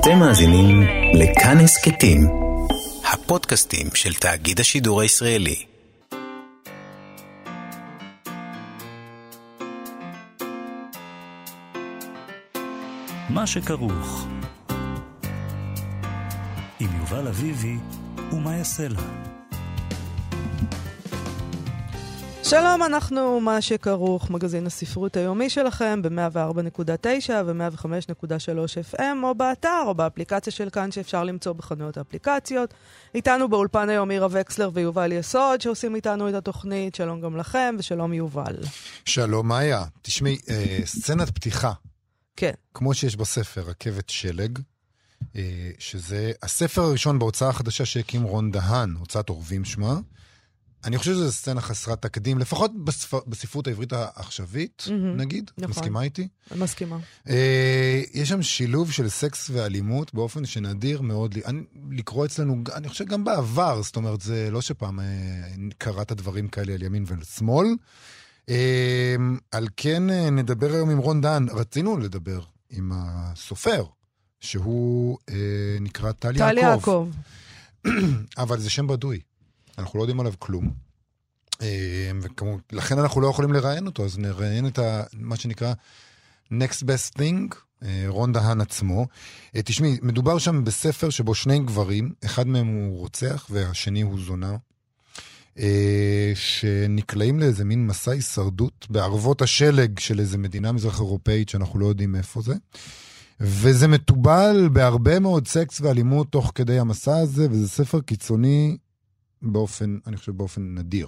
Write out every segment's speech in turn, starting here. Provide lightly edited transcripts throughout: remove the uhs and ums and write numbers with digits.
אתם מאזינים לכאן הסכתים, הפודקאסטים של תאגיד השידור הישראלי. מה שכרוך עם יובל אביבי ומה יעשה לה. שלום, אנחנו מה שכרוך, מגזין הספרות היומי שלכם ב-104.9 ו-105.3 FM, או באתר או באפליקציה של כאן שאפשר למצוא בחנויות האפליקציות. איתנו באולפן היום מירה וקסלר ויובל יסוד שעושים איתנו את התוכנית. שלום גם לכם ושלום יובל. שלום מאיה. תשמעי, סצנת פתיחה. כן. כמו שיש בספר רכבת שלג, שזה הספר הראשון בהוצאה החדשה שהקים רון דהן, הוצאת עורבים שמה. אני חושב שזו סצנה חסרת תקדים, לפחות בספרות העברית העכשווית, נגיד. נכון. מסכימה איתי? מסכימה. יש שם שילוב של סקס ואלימות באופן שנדיר מאוד לקרוא אצלנו, אני חושב גם בעבר, זאת אומרת, זה לא שפעם קראת דברים כאלה על ימין ועל שמאל. על כן נדבר היום עם רון דהן. רצינו לדבר עם הסופר, שהוא נקרא טל יעקב. אבל זה שם בדוי. אנחנו לא יודעים עליו כלום, לכן אנחנו לא יכולים לראיין אותו, אז נראיין את מה שנקרא Next Best Thing, רון דהן עצמו. תשמעי, מדובר שם בספר שבו שני גברים, אחד מהם הוא רוצח והשני הוא זונה, שנקלעים לאיזה מין מסע הישרדות בערבות השלג של איזה מדינה מזרח אירופאית שאנחנו לא יודעים איפה זה, וזה מטובל בהרבה מאוד סקס ואלימות תוך כדי המסע הזה, וזה ספר קיצוני באופן, אני חושב באופן נדיר.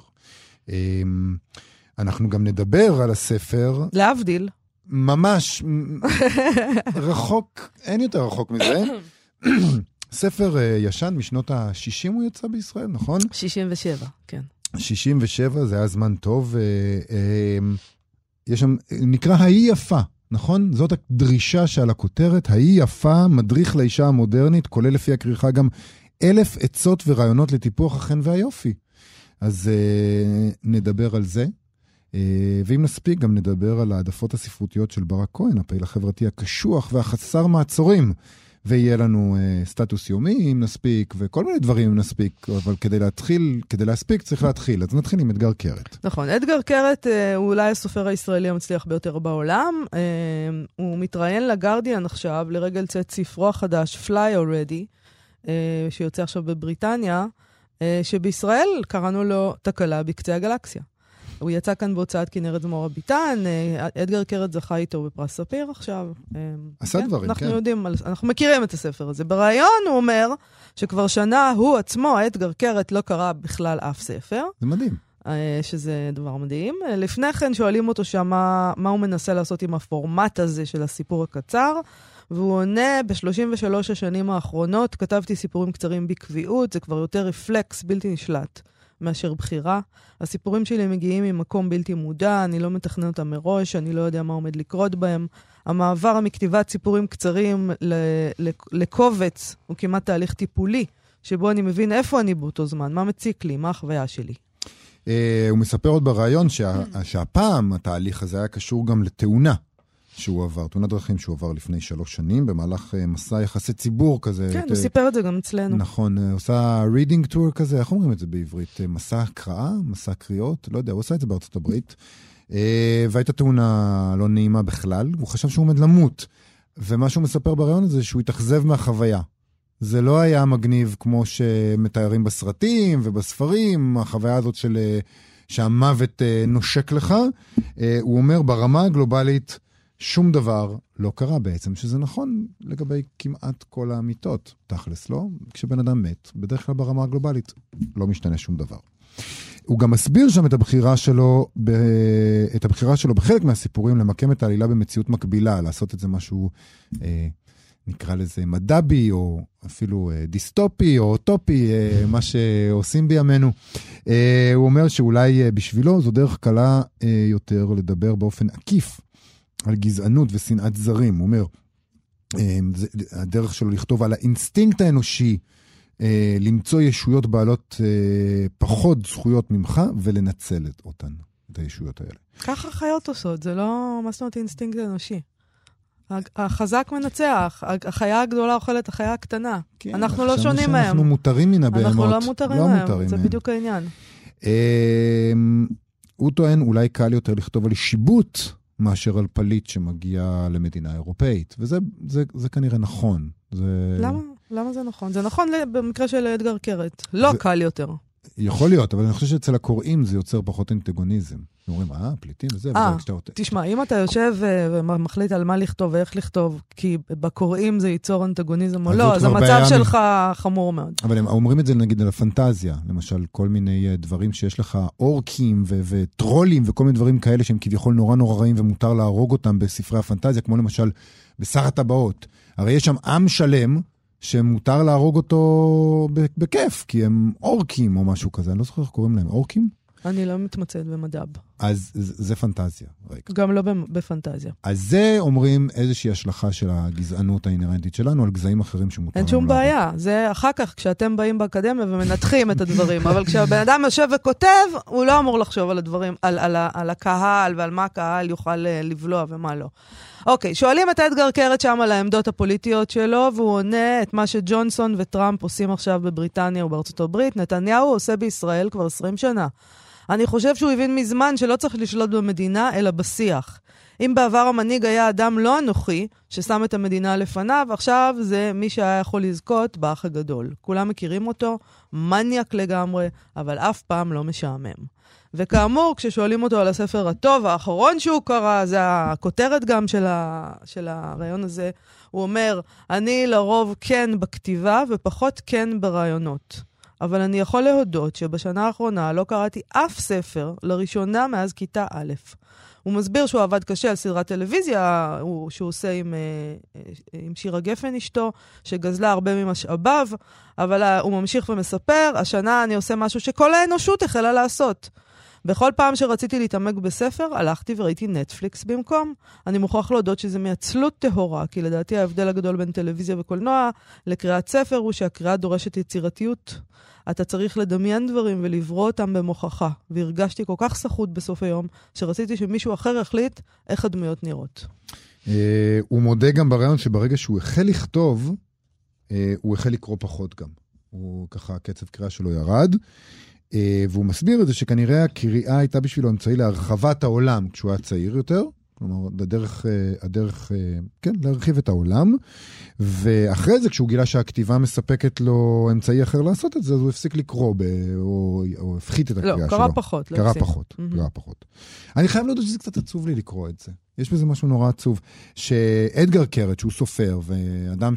אנחנו גם נדבר על הספר. להבדיל. ממש רחוק, אין יותר רחוק מזה. ספר ישן משנות ה-60 הוא יצא בישראל, נכון? 67, כן. 67, זה היה זמן טוב. יש שם, נקרא ההיא יפה, נכון? זאת הדרישה שעל הכותרת, ההיא יפה, מדריך לאישה המודרנית, כולל לפי הכריכה גם 1,000 עצות ורעיונות לטיפוח החן והיופי. אז נדבר על זה. ואם נספיק גם נדבר על העדפות הספרותיות של ברק כהן, הפעיל החברתי הקשוח והחסר מעצורים. ויהיה לנו סטטוס יומי אם נספיק, וכל מיני דברים אם נספיק, אבל כדי להספיק צריך להתחיל. אז נתחיל עם אדגר קרת. נכון, אדגר קרת הוא אולי הסופר הישראלי המצליח ביותר בעולם. הוא מתראיין לגרדיאן עכשיו לרגל צאת ספרו החדש, Fly Already, שיוצא עכשיו בבריטניה, שבישראל קראנו לו תקלה בקצה הגלקסיה. הוא יצא כאן בהוצאת כנרת זמורה ביטן, אדגר קרת זכה איתו בפרס ספיר עכשיו. עשה דברים, כן. אנחנו יודעים, אנחנו מכירים את הספר הזה. ברעיון הוא אומר שכבר שנה הוא עצמו, אדגר קרת, לא קרא בכלל אף ספר. זה מדהים. שזה דבר מדהים. לפני כן שואלים אותו שם מה הוא מנסה לעשות עם הפורמט הזה של הסיפור הקצר, והוא עונה, ב-33 השנים האחרונות כתבתי סיפורים קצרים בקביעות, זה כבר יותר רפלקס בלתי נשלט מאשר בחירה. הסיפורים שלי מגיעים ממקום בלתי מודע, אני לא מתכנן אותם מראש, אני לא יודע מה עומד לקרות בהם. המעבר מכתיבת סיפורים קצרים לקובץ הוא כמעט תהליך טיפולי, שבו אני מבין איפה אני באותו זמן, מה מציק לי, מה החוויה שלי. הוא מספר עוד ברעיון שהפעם התהליך הזה היה קשור גם לתאונה. שהוא עבר, תאונת דרכים שהוא עבר לפני 3 שנים, במהלך מסע יחסי ציבור כזה. כן, הוא סיפר את זה גם אצלנו. נכון, הוא עושה reading tour כזה, איך אומרים את זה בעברית? מסע קראה, מסע קריאות, לא יודע, הוא עושה את זה בארצות הברית, והייתה תאונה לא נעימה בכלל, הוא חשב שהוא עומד למות, ומה שהוא מספר ברעיון הזה, שהוא התאכזב מהחוויה. זה לא היה מגניב כמו שמתארים בסרטים ובספרים, החוויה הזאת של שהמוות נושק לך, הוא אומר ברמה הגלובלית, שום דבר לא קרה בעצם, שזה נכון לגבי כמעט כל האמיתות, תכלס לא, כשבן אדם מת, בדרך כלל ברמה הגלובלית, לא משתנה שום דבר. הוא גם מסביר שם את הבחירה שלו בחלק מהסיפורים, למקם את העלילה במציאות מקבילה, לעשות את זה משהו, נקרא לזה מדבי, או אפילו דיסטופי, או אוטופי, מה שעושים בימינו. הוא אומר שאולי בשבילו זו דרך קלה יותר לדבר באופן עקיף, על גזענות ושנאת זרים. הוא אומר, הדרך שלו לכתוב על האינסטינקט האנושי, למצוא ישויות בעלות פחות זכויות ממך, ולנצל אותן, את הישויות האלה. ככה חיות עושות, זה לא, מה זאת אומרת אינסטינקט אנושי? החזק מנצח, החיה הגדולה אוכלת החיה הקטנה. כן, אנחנו לא שונים מהם. אנחנו מותרים מן הבהמות. אנחנו לא מותרים מהם, זה בדיוק העניין. הוא טוען, אולי קל יותר לכתוב על שיבוט, מאשר על פליט שמגיע למדינה אירופאית. וזה כנראה נכון. למה? למה זה נכון? זה נכון במקרה של אדגר קרת. לא קל יותר. יכול להיות, אבל אני חושב שאצל הקוראים זה יוצר פחות אנטגוניזם. אומרים, פליטים וזה, תשמע, אם אתה יושב ומחליט על מה לכתוב ואיך לכתוב, כי בקוראים זה ייצור אנטגוניזם או לא, אז המצב שלך חמור מאוד. אבל הם אומרים את זה נגיד על הפנטזיה, למשל כל מיני דברים שיש לך אורקים וטרולים וכל מיני דברים כאלה שהם כביכול נורא נורא רעים ומותר להרוג אותם בספרי הפנטזיה, כמו למשל בשר הטבעות. הרי יש שם עם שלם שמותר להרוג אותו בכיף, כי הם אורקים או משהו כזה. אני לא זוכר איך קוראים להם, אורקים? אני לא מתמצאת במדב. אז זה פנטזיה. גם לא בפנטזיה. אז זה אומרים איזושהי השלכה של הגזענות האינרנטית שלנו על גזעים אחרים שמותר. אין שום בעיה. זה אחר כך כשאתם באים באקדמיה ומנתחים את הדברים. אבל כשהבן אדם יושב וכותב, הוא לא אמור לחשוב על הדברים, על הקהל ועל מה הקהל יוכל לבלוע ומה לא. אוקיי, שואלים את אדגר קרת שם על העמדות הפוליטיות שלו, והוא עונה את מה שג'ונסון וטראמפ עושים עכשיו בבריטניה ובארצות הברית. נתניהו עושה בישראל כבר 20 שנה. אני חושב שהוא הבין מזמן שלא צריך לשלוט במדינה, אלא בשיח. אם בעבר המנהיג היה אדם לא אנוכי, ששם את המדינה לפניו, עכשיו זה מי שהיה יכול לזכות באח הגדול. כולם מכירים אותו, מניאק לגמרי, אבל אף פעם לא משעמם. וכאמור, כששואלים אותו על הספר הטוב, האחרון שהוא קרא, זה הכותרת גם של הרעיון הזה, הוא אומר, אני לרוב כן בכתיבה ופחות כן ברעיונות. אבל אני יכול להודות שבשנה האחרונה לא קראתי אף ספר לראשונה מאז כיתה א'. הוא מסביר שהוא עבד קשה על סדרת טלוויזיה, שהוא עושה עם שירה גפן אשתו, שגזלה הרבה ממשאביו, אבל הוא ממשיך ומספר, השנה אני עושה משהו שכל האנושות החלה לעשות. בכל פעם שרציתי להתעמק בספר, הלכתי וראיתי נטפליקס במקום. אני מוכרח להודות שזה מעצלות טהורה, כי לדעתי ההבדל הגדול בין טלוויזיה וקולנוע לקריאת ספר הוא שהקריאה דורשת יצירתיות. אתה צריך לדמיין דברים ולברוא אותם במוחך, והרגשתי כל כך סחוט בסוף היום, שרציתי שמישהו אחר החליט איך הדמויות נראות. הוא מודה גם ברעיון שברגע שהוא החל לכתוב, הוא החל לקרוא פחות גם. הוא ככה, הקצב קריאה שלו ירד, והוא מסביר את זה שכנראה הקריאה הייתה בשבילו אמצעי להרחבת העולם כשהוא היה צעיר יותר, כלומר, הדרך, כן, להרחיב את העולם, ואחרי זה, כשהוא גילה שהכתיבה מספקת לו אמצעי אחר לעשות את זה, אז הוא הפסיק לקרוא, או הפחית את הקריאה שלו. לא, קרא פחות. אני חייב להודות שזה קצת עצוב לי לקרוא את זה. יש בזה משהו נורא עצוב, שאדגר קרת, שהוא סופר, ואדם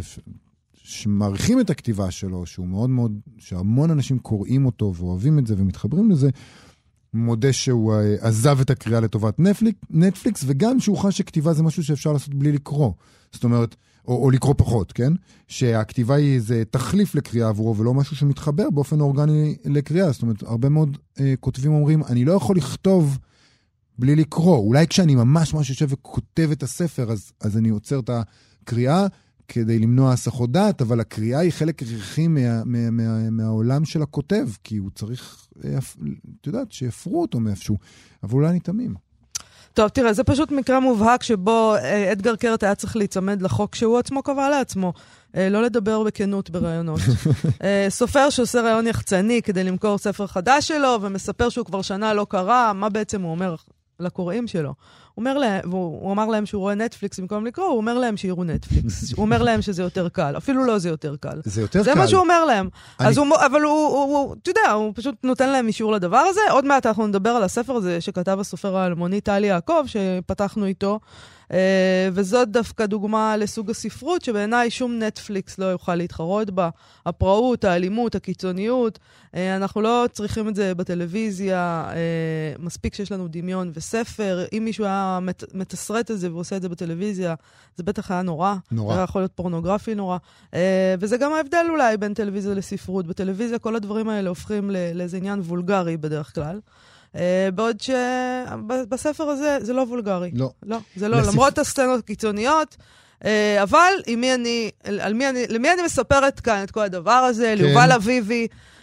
שמעריכים את הכתיבה שלו, שהוא מאוד מאוד, שהמון אנשים קוראים אותו, ואוהבים את זה, ומתחברים לזה, מודה שהוא עזב את הקריאה לטובת נטפליקס, וגם שהוא חש שכתיבה זה משהו שאפשר לעשות בלי לקרוא. זאת אומרת, או לקרוא פחות, כן? שהכתיבה היא איזה תחליף לקריאה עבורו, ולא משהו שמתחבר באופן אורגני לקריאה. זאת אומרת, הרבה מאוד כותבים אומרים, אני לא יכול לכתוב בלי לקרוא. אולי כשאני ממש יושב וכותב את הספר, אז אני עוצר את הקריאה, כדי למנוע הסחות דעת, אבל הקריאה היא חלק הכרחי מהעולם של הכותב, כי הוא צריך, את יודעת, שיפרו אותו מאיפשהו, אבל אולי אני תמים. טוב, תראה, זה פשוט מקרה מובהק שבו אדגר קרת היה צריך להיצמד לחוק שהוא עצמו קבע לעצמו, לא לדבר בכנות ברעיונות. סופר שעושה רעיון יחצני כדי למכור ספר חדש שלו, ומספר שהוא כבר שנה לא קרא, מה בעצם הוא אומר לקוראים שלו? הוא אמר להם שהוא רואה נטפליקס במקום לקרוא, הוא אומר להם שיראו נטפליקס. הוא אומר להם שזה יותר קל. אפילו לא זה יותר קל. זה מה שהוא אומר להם. אבל הוא, אתה יודע, הוא פשוט נותן להם אישור לדבר הזה. עוד מעט אנחנו נדבר על הספר הזה שכתב הסופר האלמוני טלי יעקב, שפתחנו איתו. וזאת דווקא דוגמה לסוג הספרות, שבעיניי שום נטפליקס לא יוכל להתחרות בה. הפראות, האלימות, הקיצוניות. אנחנו לא צריכים את זה בטלוויזיה. מספיק שיש לנו דמיון וספר. אם מישהו היה מתסרט את זה ועושה את זה בטלוויזיה, זה בטח היה נורא. זה היה יכול להיות פורנוגרפי נורא. וזה גם ההבדל אולי בין טלוויזיה לספרות. בטלוויזיה כל הדברים האלה הופכים לאיזה עניין וולגרי בדרך כלל. בעוד שבספר הזה זה לא וולגרי. לא, זה לא, למרות הסצנות הקיצוניות, אבל למי אני מספרת כאן את כל הדבר הזה? ליובל אביבי,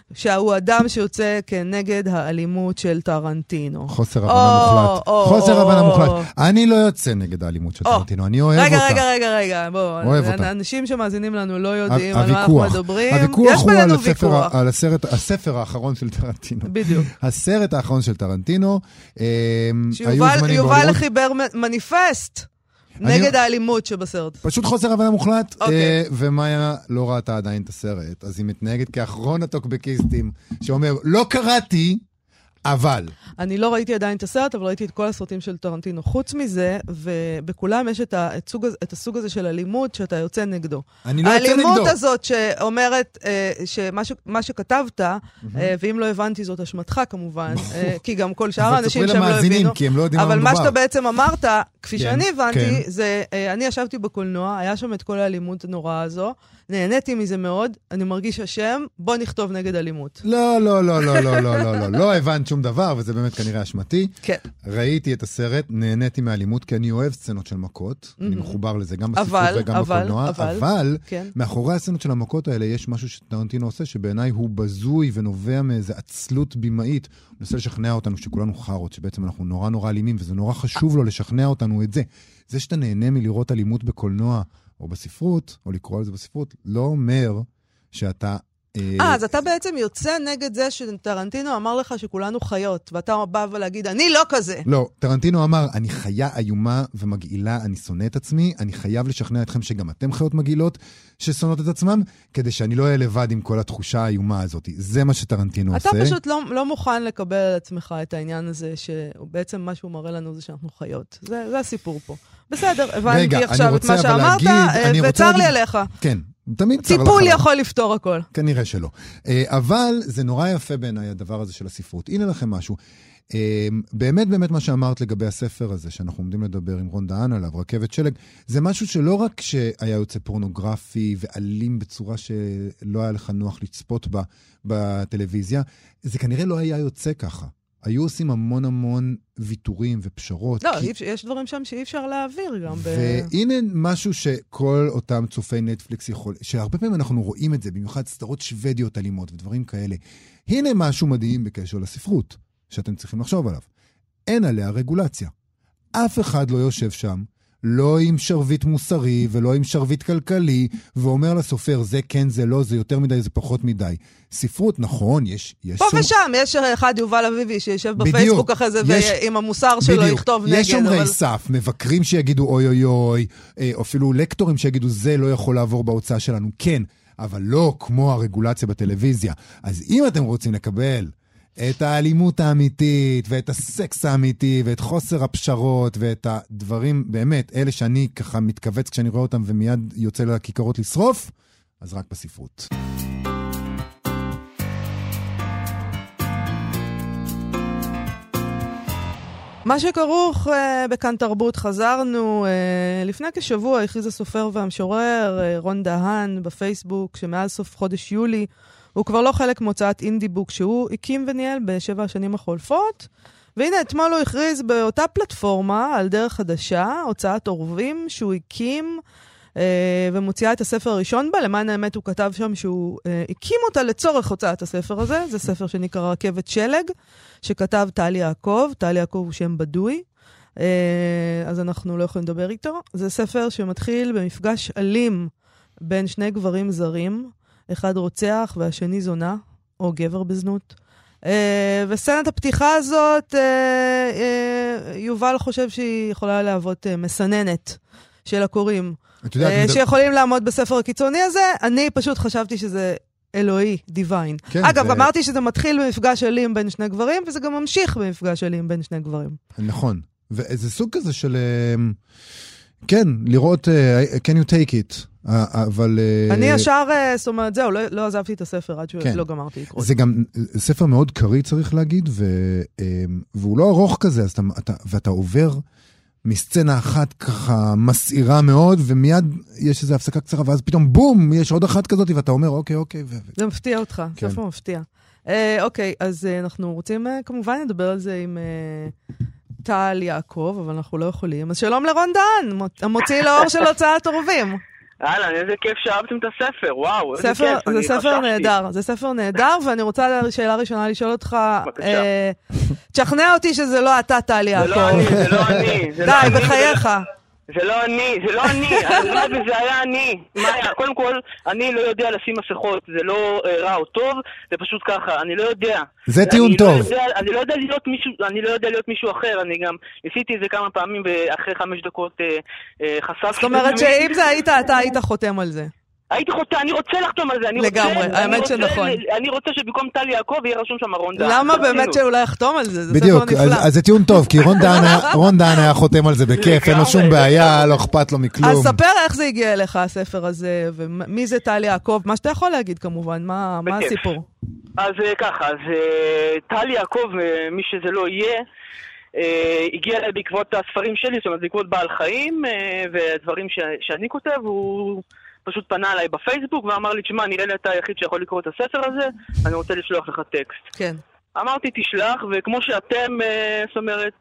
שהוא אדם שיוצא כנגד האלימות של טרנטינו. חוסר הבנה מוחלט. חוסר הבנה מוחלט. אני לא יוצא נגד האלימות של טרנטינו, אני אוהב אותה. רגע, בוא. אוהב אותה. אנשים שמאזינים לנו לא יודעים על מה אנחנו מדברים. הוויכוח הוא על הספר האחרון של טרנטינו. בדיוק. הסרט האחרון של טרנטינו. שיובל לחיבר מניפסט. נגד האלימות שבסרט. פשוט חוסר הבנה מוחלט, ומאיה לא ראתה עדיין את הסרט, אז היא מתנהגת כאחרון הטוקבקיסטים, שאומר, לא קראתי, אבל. אני לא ראיתי עדיין את הסרט, אבל ראיתי את כל הסרטים של טרנטינו. חוץ מזה, ובכולם יש את הסוג הזה של אלימות שאתה יוצא נגדו. אני לא יוצא נגדו. האלימות הזאת שאומרת שמה שכתבת, ואם לא הבנתי זאת אשמתך כמובן, כי גם כל שאר האנשים שהם לא הבינו, אבל מה שאתה בעצם אמרת, כפי שאני הבנתי, זה, אני ישבתי בקולנוע, היה שם את כל האלימות הנוראה הזו, נהניתי מזה מאוד, אני מרגיש השם, בוא נכתוב נגד אלימות. לא הבנת שום דבר, וזה באמת כנראה אשמתי. כן. ראיתי את הסרט, נהניתי מהאלימות, כי אני אוהב סצנות של מכות, אני מחובר לזה גם בספרות וגם בקולנוע, אבל מאחורי הסצנות של המכות האלה יש משהו שטרנטינו עושה, שבעיניי הוא בזוי ונובע מאיזו עצלות בימאית. הוא מנסה לשכנע אותנו שכולנו חרות, שבעצם אנחנו נורא אלימים, וזה נורא חשוב לו לשכנע אותנו את זה. זה שאתה נהנה מלראות אלימות בקולנוע, או בספרות, או לקרוא על זה בספרות, לא אומר שאתה... אז אתה בעצם יוצא נגד זה שטרנטינו אמר לך שכולנו חיות, ואתה בא ולהגיד, אני לא כזה. לא, טרנטינו אמר, אני חיה איומה ומגעילה, אני שונא את עצמי, אני חייב לשכנע אתכם שגם אתם חיות מגעילות ששונאות את עצמם, כדי שאני לא אהיה לבד עם כל התחושה האיומה הזאת. זה מה שטרנטינו עושה. אתה פשוט לא מוכן לקבל על עצמך את העניין הזה, שבעצם מה שהוא מראה לנו זה שאנחנו חיות. זה הסיפור פה. בסדר, הבנתי עכשיו את מה שאמרת, וצר לי עליך. כן. תמיד צר לך. טיפול יכול לפתור הכל. כנראה שלא. אבל זה נורא יפה בעיניי הדבר הזה של הספרות. הנה לכם משהו. באמת מה שאמרת לגבי הספר הזה, שאנחנו עומדים לדבר עם רון דהן עליו, רכבת שלג, זה משהו שלא רק שהיה יוצא פורנוגרפי ואלים בצורה שלא היה לך נוח לצפות בה בטלוויזיה, זה כנראה לא היה יוצא ככה. היו עושים המון ויתורים ופשרות. לא, יש דברים שם שאי אפשר להעביר גם. והנה משהו שכל אותם צופי נטפליקס יכול, שהרבה פעמים אנחנו רואים את זה, במיוחד סדרות שוודיות אלימות ודברים כאלה. הנה משהו מדהים בקשר לספרות, שאתם צריכים לחשוב עליו. אין עליה רגולציה. אף אחד לא יושב שם, לא עם שרביט מוסרי ולא עם שרביט כלכלי, ואומר לסופר, זה כן, זה לא, זה יותר מדי, זה פחות מדי. ספרות, נכון, יש פה ושם, יש אחד יובל אביבי שישב בפייסבוק אחרי זה, ועם המוסר שלו יכתוב נגד. יש שומרי סף, מבקרים שיגידו אוי אוי אוי, או אפילו לקטורים שיגידו, זה לא יכול לעבור בהוצאה שלנו. כן, אבל לא כמו הרגולציה בטלוויזיה. אז אם אתם רוצים לקבל את האלימות האמיתית, ואת הסקס האמיתי, ואת חוסר הפשרות, ואת הדברים, באמת, אלה שאני ככה מתכווץ כשאני רואה אותם, ומיד יוצא לכיכרות לשרוף, אז רק בספרות. מה שכרוך בכאן תרבות, חזרנו לפני כשבוע, הכריז הסופר והמשורר רון דהן בפייסבוק, שמאז סוף חודש יולי, הוא כבר לא חלק מהוצאת אינדי בוק שהוא הקים וניהל ב7 השנים החולפות. והנה, אתמול הוא הכריז באותה פלטפורמה על דרך חדשה, הוצאת עורבים שהוא הקים ומוציאה את הספר הראשון בה. למען האמת הוא כתב שם שהוא הקים אותה לצורך הוצאת הספר הזה. זה ספר שנקרא רכבת שלג, שכתב טלי יעקב. טלי יעקב הוא שם בדוי, אז אנחנו לא יכולים לדבר איתו. זה ספר שמתחיל במפגש אלים בין שני גברים זרים, אחד רוצח והשני זונה, או גבר בזנות. וסצנת הפתיחה הזאת, יובל חושב שהיא יכולה להוות מסננת של הקוראים, שיכולים לעמוד בספר הקיצוני הזה. אני פשוט חשבתי שזה אלוהי, דיוויין. אגב, אמרתי שזה מתחיל במפגש אלים בין שני גברים, וזה גם ממשיך במפגש אלים בין שני גברים. נכון. ואיזה סוג כזה של... כן, לראות, can you take it? אבל... אני ישר, זאת אומרת, זהו, לא עזבתי את הספר עד שלא גמרתי לקרוא. זה גם ספר מאוד קריא, צריך להגיד, והוא לא ארוך כזה, ואתה עובר מסצנה אחת ככה מסעירה מאוד, ומיד יש איזו הפסקה קצרה, ואז פתאום בום, יש עוד אחת כזאת, ואתה אומר, אוקיי. זה מפתיע אותך, ספר מפתיע. אוקיי, אז אנחנו רוצים כמובן לדבר על זה עם... טל יעקב, אבל אנחנו לא יכולים. אז שלום לרון דהן, המוציא לאור של הוצאת עורבים. אהלן, איזה כיף שאהבתם את הספר, וואו, איזה כיף. זה ספר נהדר, זה ספר נהדר, ואני רוצה שאלה ראשונה לשאול אותך, תשכנע אותי שזה לא אתה, טלי יעקב. זה לא אני. די, בחייך. זה לא אני, זה היה אני. קודם כל, אני לא יודע לשים מסכות, זה לא רע או טוב, זה פשוט ככה, אני לא יודע. זה טיעון טוב. אני לא יודע להיות מישהו אחר, אני גם ניסיתי את זה כמה פעמים, ואחרי 5 דקות חשפתי. זאת אומרת שאם זה היית, אתה היית חותם על זה. הייתי חותם, אני רוצה לחתום על זה. לגמרי, האמת שנכון. אני רוצה שבמקום טלי יעקב יהיה רשום שם רון דהן. למה באמת שאולי יחתום על זה? בדיוק, אז זה טיעון טוב, כי רון דהן היה חותם על זה בכיף, אין לו שום בעיה, לא אכפת לו מכלום. אז ספר איך זה הגיע אליך, הספר הזה, ומי זה טלי יעקב, מה שאתה יכול להגיד כמובן, מה הסיפור? אז ככה, אז טלי יעקב, מי שזה לא יהיה, הגיע אליי בעקבות הספרים שלי, זאת אומרת, בעקבות בעל חיים, ודברים שאני כותב, הוא פשוט פנה אליי בפייסבוק ואמר לי, תשמע, נראה לי אתה היחיד שיכול לקרוא את הספר הזה, אני רוצה לשלוח לך טקסט. כן. אמרתי, תשלח, וכמו שאתם, זאת אומרת,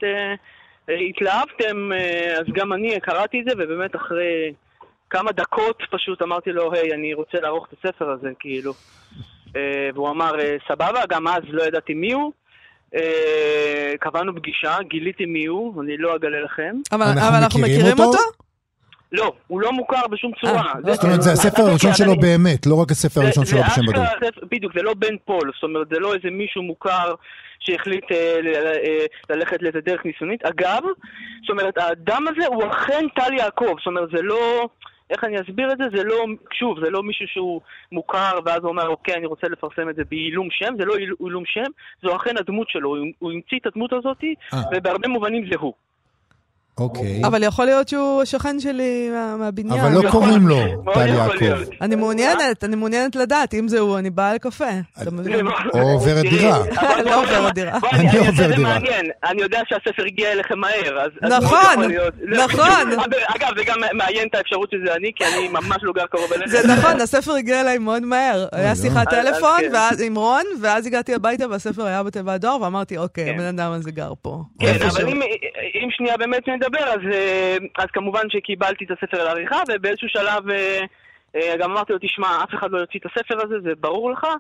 התלהבתם, אז גם אני קראתי את זה, ובאמת אחרי כמה דקות פשוט אמרתי לו, היי, אני רוצה לערוך את הספר הזה, כאילו. והוא אמר, סבבה, גם אז לא ידעתי מי הוא. קבענו פגישה, גיליתי מי הוא, אני לא אגלה לכם. אבל אנחנו מכירים אותו? לא, הוא לא מוכר בשום צורה. זאת אומרת, זה הספר הראשון שלו באמת, לא רק הספר הראשון שלו בשם בדוק. בדיוק, זה לא בן פול, זאת אומרת, זה לא איזה מישהו מוכר שהחליט ללכת לאיזה דרך ניסיונית. אגב, זאת אומרת, האדם הזה הוא אכן טלי יעקב, זאת אומרת, זה לא, איך אני אסביר את זה? זה לא, שוב, זה לא מישהו שהוא מוכר, ואז הוא אומר, אוקיי, אני רוצה לפרסם את זה בעילום שם, זה לא עילום שם, זו אכן הדמות שלו, הוא המציא את הדמות הזאת, ובהרבה מובנים זה הוא. אוקיי. אבל יכול להיות שהוא שכן שלי מהבניין. אבל לא קוראים לו טלי יעקב. אני מעוניינת לדעת, אם זהו, אני באה לקפה. או עוברת דירה. לא עוברת דירה. אני עובר דירה. אני יודע שהספר הגיע אליכם מהר. נכון. אגב, זה גם מעיין את האפשרות שזה אני, כי אני ממש לא גר קרוב אליכם. זה נכון, הספר הגיע אליי מאוד מהר. היה שיחת טלפון עם רון, ואז הגעתי הביתה והספר היה בתיבת הדואר, ואמרתי, אוקיי, הבן אדם הזה גר פה. כן, אבל אם שנייה באמת נדבר, אז כמובן שקיבלתי את הספר לעריכה, ובאיזשהו שלב גם אמרתי לו, תשמע, אף אחד לא יוציא את הספר הזה, זה ברור לך,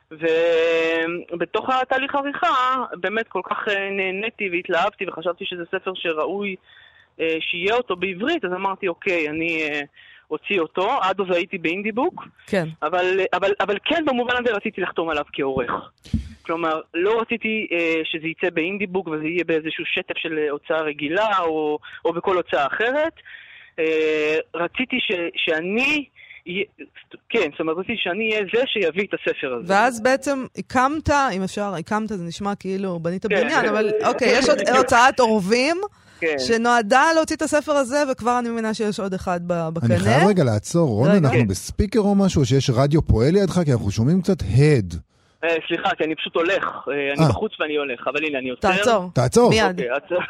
ובתוך התהליך העריכה באמת כל כך נהניתי והתלהבתי, וחשבתי שזה ספר שראוי שיהיה אותו בעברית, אז אמרתי, אוקיי, אני הוציא אותו, עד אז הייתי באינדיבוק, כן. אבל כן, במובן הזה רציתי לחתום עליו כעורך. כלומר, לא רציתי שזה יצא באינדיבוק וזה יהיה באיזשהו שטף של הוצאה רגילה או בכל הוצאה אחרת. רציתי שאני, כן, זאת אומרת, רציתי שאני אהיה זה שיביא את הספר הזה. ואז בעצם הקמת, אם אפשר, הקמת, זה נשמע כאילו בנית בניין, אבל אוקיי, יש עוד הוצאת עורבים, שנועדה להוציא את הספר הזה, וכבר אני מבינה שיש עוד אחד בקנה. אני חייב רגע לעצור, רון, אנחנו בספיקר או משהו, שיש רדיו פועל לידך, כי אנחנו שומעים קצת הד. סליחה, כי אני פשוט הולך, אני בחוץ ואני הולך, אבל הנה, אני עוצר. תעצור. מיד.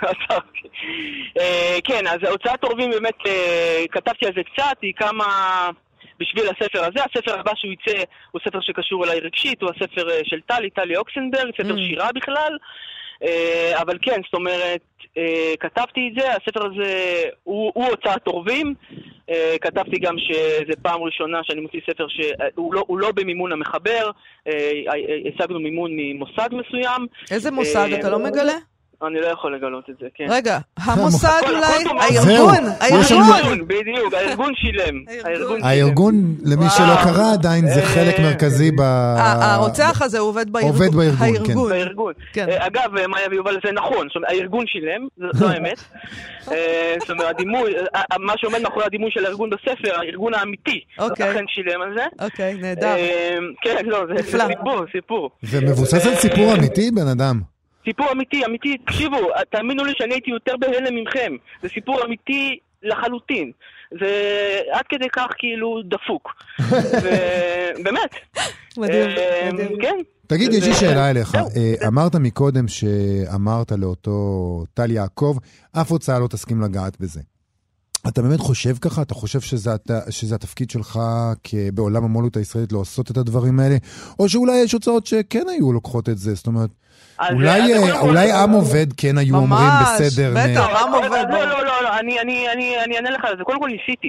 כן, אז הוצאת עורבים באמת, כתבתי על זה קצת, היא כמה בשביל הספר הזה. הספר הבא שהוא יצא הוא ספר שקשור אליי רגשית, הוא הספר של טלי אוקסנברג, ספר שירה בכלל. אבל כן, זאת אומרת, כתבתי את זה, הספר הזה הוא הוצאת עורבים, כתבתי גם שזה פעם ראשונה שאני מוציא ספר שהוא לא במימון המחבר, השגנו מימון ממוסד מסוים. איזה מוסד? אתה לא מגלה? אני לא יכול לגלות את זה, כן. רגע, המוסד אולי, הארגון, בדיוק, הארגון שילם. הארגון, למי שלא קרא עדיין, זה חלק מרכזי הרוצח הזה הוא עובד בארגון. עובד בארגון, כן. אגב, מאיה ויובל, זה נכון, זאת אומרת, הארגון שילם, זו האמת. זאת אומרת, הדימוי, מה שעומד מאחורי הדימוי של הארגון בספר, הארגון האמיתי, אכן שילם על זה. אוקיי, נהדר. כן, לא, זה סיפור. ומבוסס על סיפור אמיתי, בן אדם. סיפור אמיתי, תקשיבו, תאמינו לי שאני הייתי יותר בהלם ממכם. זה סיפור אמיתי לחלוטין. זה עד כדי כך כאילו דפוק. באמת. מדהים. כן. תגיד, יש לי שאלה אליך. אמרת מקודם שאמרת לאותו טלי יעקב, אף הוצאה לא תסכים לגעת בזה. אתה באמת חושב ככה? אתה חושב שזה התפקיד שלך בעולם המו"לות הישראלית לעשות את הדברים האלה? או שאולי יש הוצאות שכן היו לוקחות את זה? זאת אומרת, אולי עם עובד כן היו אומרים בסדר. ממש, בטח, עם עובד. לא, אני אענה לך על זה. קודם כל ניסיתי.